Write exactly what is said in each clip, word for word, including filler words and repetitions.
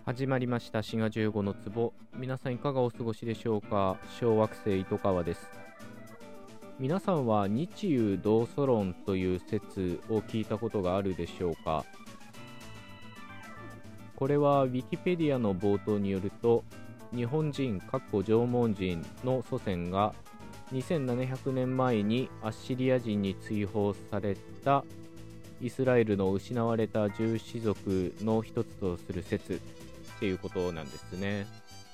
始まりました滋賀じゅうごの壺。皆さんいかがお過ごしでしょうか。小惑星糸川です。皆さんは日幽同祖論という説を聞いたことがあるでしょうか。これはウィキペディアの冒頭によると、日本人（縄文人）の祖先がにせんななひゃくねんまえにアッシリア人に追放されたイスラエルの失われた十氏族の一つとする説っていうことなんですね。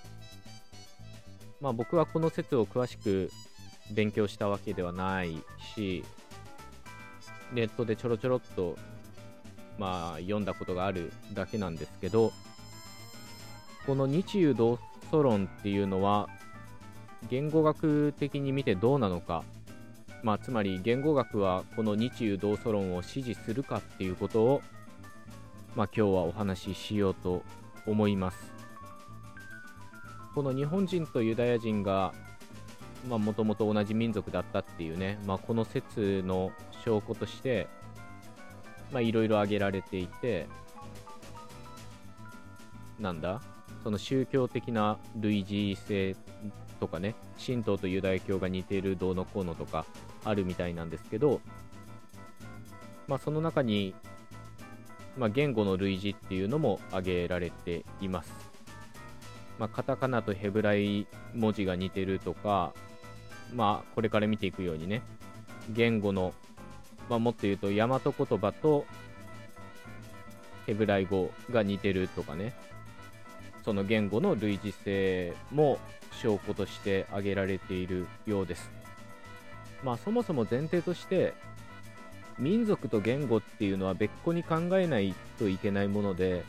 まあ僕はこの説を詳しく勉強したわけではないし、ネットでちょろちょろっとまあ読んだことがあるだけなんですけど、この日幽同祖論っていうのは言語学的に見てどうなのか、まあつまり言語学はこの日幽同祖論を支持するかっていうことをまあ今日はお話ししようと思います。この日本人とユダヤ人がもともと同じ民族だったっていうね、まあ、この説の証拠としていろいろ挙げられていて、なんだその宗教的な類似性とかね、神道とユダヤ教が似ているどうのこうのとかあるみたいなんですけど、まあ、その中に、まあ、言語の類似っていうのも挙げられています。まあ、カタカナとヘブライ文字が似てるとか、まあこれから見ていくようにね、言語の、まあ、もっと言うと大和言葉とヘブライ語が似てるとかね、その言語の類似性も証拠として挙げられているようです。まあそもそも前提として民族と言語っていうのは別個に考えないといけないもので、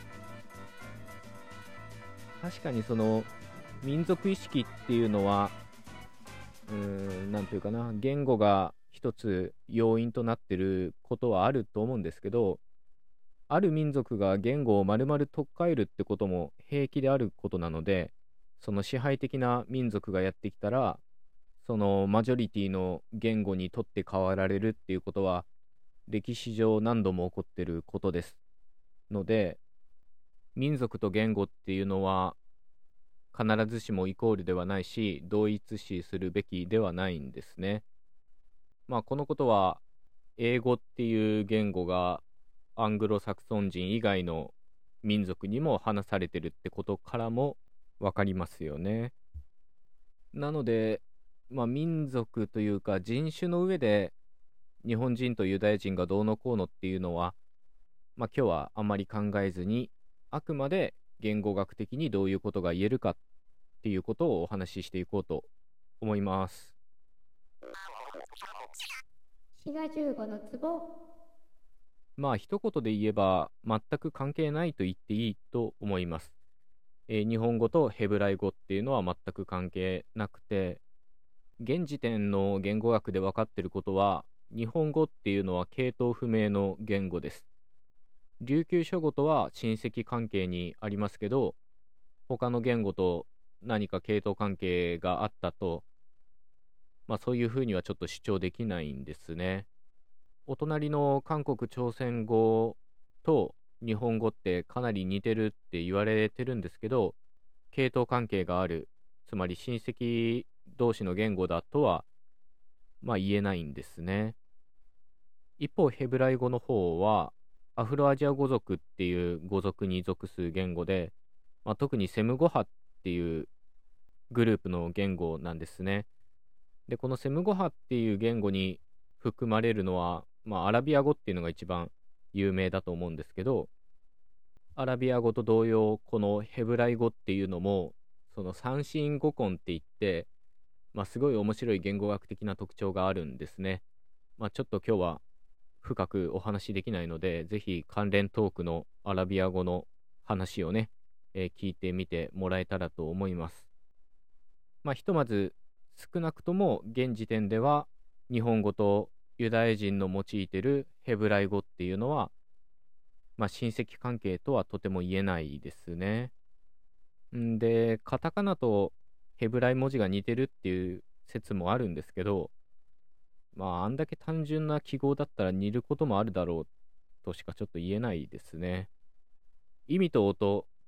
確かにその民族意識っていうのはうーんなんていうかな、言語が一つ要因となってることはあると思うんですけど、ある民族が言語を丸々取っ換えるってことも平気であることなので、その支配的な民族がやってきたらそのマジョリティの言語に取って代わられるっていうことは歴史上何度も起こってることですので、民族と言語っていうのは必ずしもイコールではないし、同一視するべきではないんですね。まあこのことは英語っていう言語がアングロサクソン人以外の民族にも話されてるってことからもわかりますよね。なので、まあ民族というか人種の上で日本人とユダヤ人がどうのこうのっていうのは、まあ今日はあんまり考えずに、あくまで言語学的にどういうことが言えるかっていうことをお話ししていこうと思います。 滋賀じゅうごの壺。 まあ一言で言えば全く関係ないと言っていいと思います。えー日本語とヘブライ語っていうのは全く関係なくて、現時点の言語学で分かっていることは、日本語っていうのは系統不明の言語です。琉球諸語とは親戚関係にありますけど、他の言語と何か系統関係があったと、まあそういうふうにはちょっと主張できないんですね。お隣の韓国朝鮮語と日本語ってかなり似てるって言われてるんですけど、系統関係がある、つまり親戚同士の言語だとはまあ言えないんですね。一方ヘブライ語の方はアフロアジア語族っていう語族に属す言語で、まあ、特にセム語派っていうグループの言語なんですね。でこのセム語派っていう言語に含まれるのは、まあ、アラビア語っていうのが一番有名だと思うんですけど、アラビア語と同様このヘブライ語っていうのもその三神語根って言って、まあ、すごい面白い言語学的な特徴があるんですね。まあ、ちょっと今日は深くお話しできないので、ぜひ関連トークのアラビア語の話をね、えー聞いてみてもらえたらと思います。まあ、ひとまず少なくとも現時点では日本語とユダヤ人の用いてるヘブライ語っていうのは、まあ、親戚関係とはとても言えないですね。んで、カタカナとヘブライ文字が似てるっていう説もあるんですけど、まあ、あんだけ単純な記号だったら似ることもあるだろうとしかちょっと言えないですね。意味と音、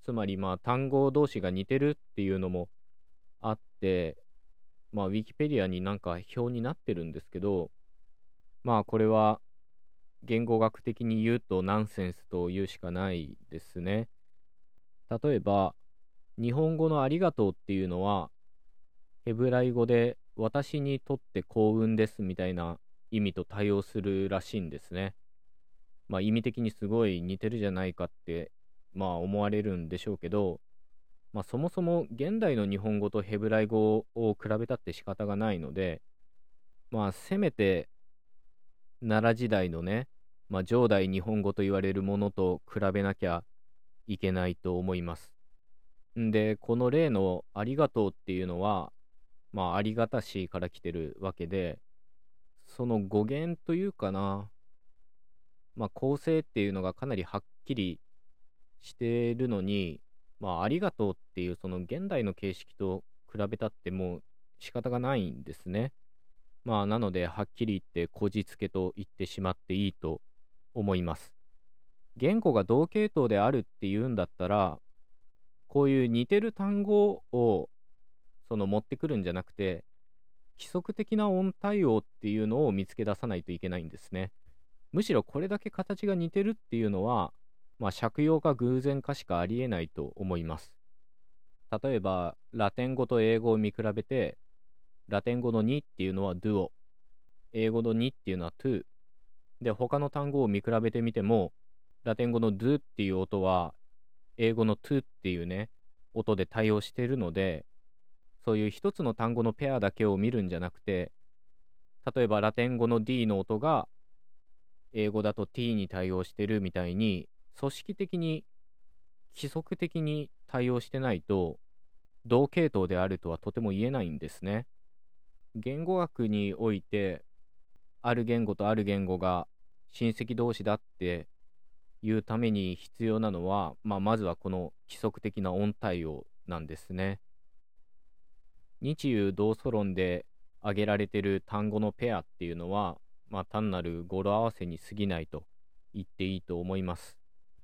つまりまあ単語同士が似てるっていうのもあって、まあウィキペディアになんか表になってるんですけど、まあこれは言語学的に言うとナンセンスと言うしかないですね。例えば、日本語のありがとうっていうのは、ヘブライ語で私にとって幸運ですみたいな意味と対応するらしいんですね。まあ意味的にすごい似てるじゃないかって、まあ思われるんでしょうけど、まあそもそも現代の日本語とヘブライ語を比べたって仕方がないので、まあせめて奈良時代のね、まあ上代日本語と言われるものと比べなきゃいけないと思います。んで、この例のありがとうっていうのは、まあありがたしから来てるわけで、その語源というかな、まあ構成っていうのがかなりはっきりしてるのに、まあありがとうっていうその現代の形式と比べたってもう仕方がないんですね。まあなのではっきり言ってこじつけと言ってしまっていいと思います。言語が同系統であるっていうんだったら、こういう似てる単語をその持ってくるんじゃなくて、規則的な音対応っていうのを見つけ出さないといけないんですね。むしろこれだけ形が似てるっていうのは、まあ、借用か偶然かしかありえないと思います。例えば、ラテン語と英語を見比べて、ラテン語のにっていうのは duo、英語のにっていうのは to、で、他の単語を見比べてみても、ラテン語の do っていう音は、英語の to っていうね、音で対応しているので、そういう一つの単語のペアだけを見るんじゃなくて、例えばラテン語の D の音が英語だと T に対応してるみたいに、組織的に規則的に対応してないと、同系統であるとはとても言えないんですね。言語学において、ある言語とある言語が親戚同士だっていうために必要なのは、まあ、まずはこの規則的な音対応なんですね。日英同祖論で挙げられている単語のペアっていうのは、まあ、単なる語呂合わせに過ぎないと言っていいと思います。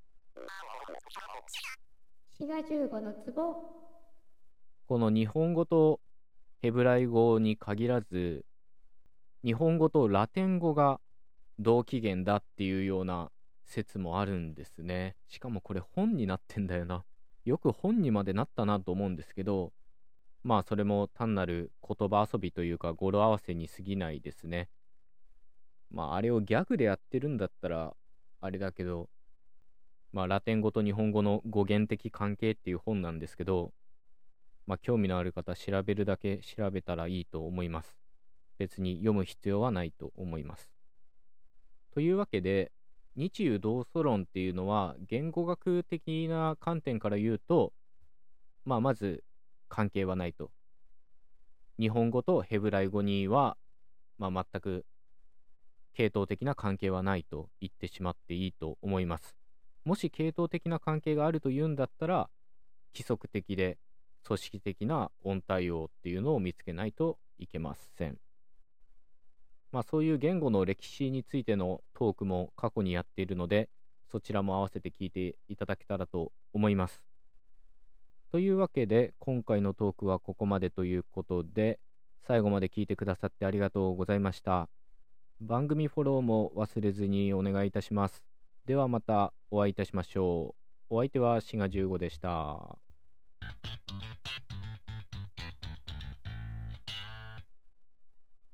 滋賀じゅうごの壺。 この日本語とヘブライ語に限らず、日本語とラテン語が同起源だっていうような説もあるんですね。しかもこれ本になってんだよな。よく本にまでなったなと思うんですけど、まあそれも単なる言葉遊びというか語呂合わせに過ぎないですね。まああれをギャグでやってるんだったらあれだけど、まあラテン語と日本語の語源的関係っていう本なんですけど、まあ興味のある方調べるだけ調べたらいいと思います。別に読む必要はないと思います。というわけで、日英同祖論っていうのは言語学的な観点から言うと、まあまず関係はないと。日本語とヘブライ語には、まあ、全く系統的な関係はないと言ってしまっていいと思います。もし系統的な関係があるというんだったら、規則的で組織的な音対応っていうのを見つけないといけません。まあそういう言語の歴史についてのトークも過去にやっているので、そちらも合わせて聞いていただけたらと思います。というわけで、今回のトークはここまでということで、最後まで聞いてくださってありがとうございました。番組フォローも忘れずにお願いいたします。ではまたお会いいたしましょう。お相手は滋賀じゅうごでした。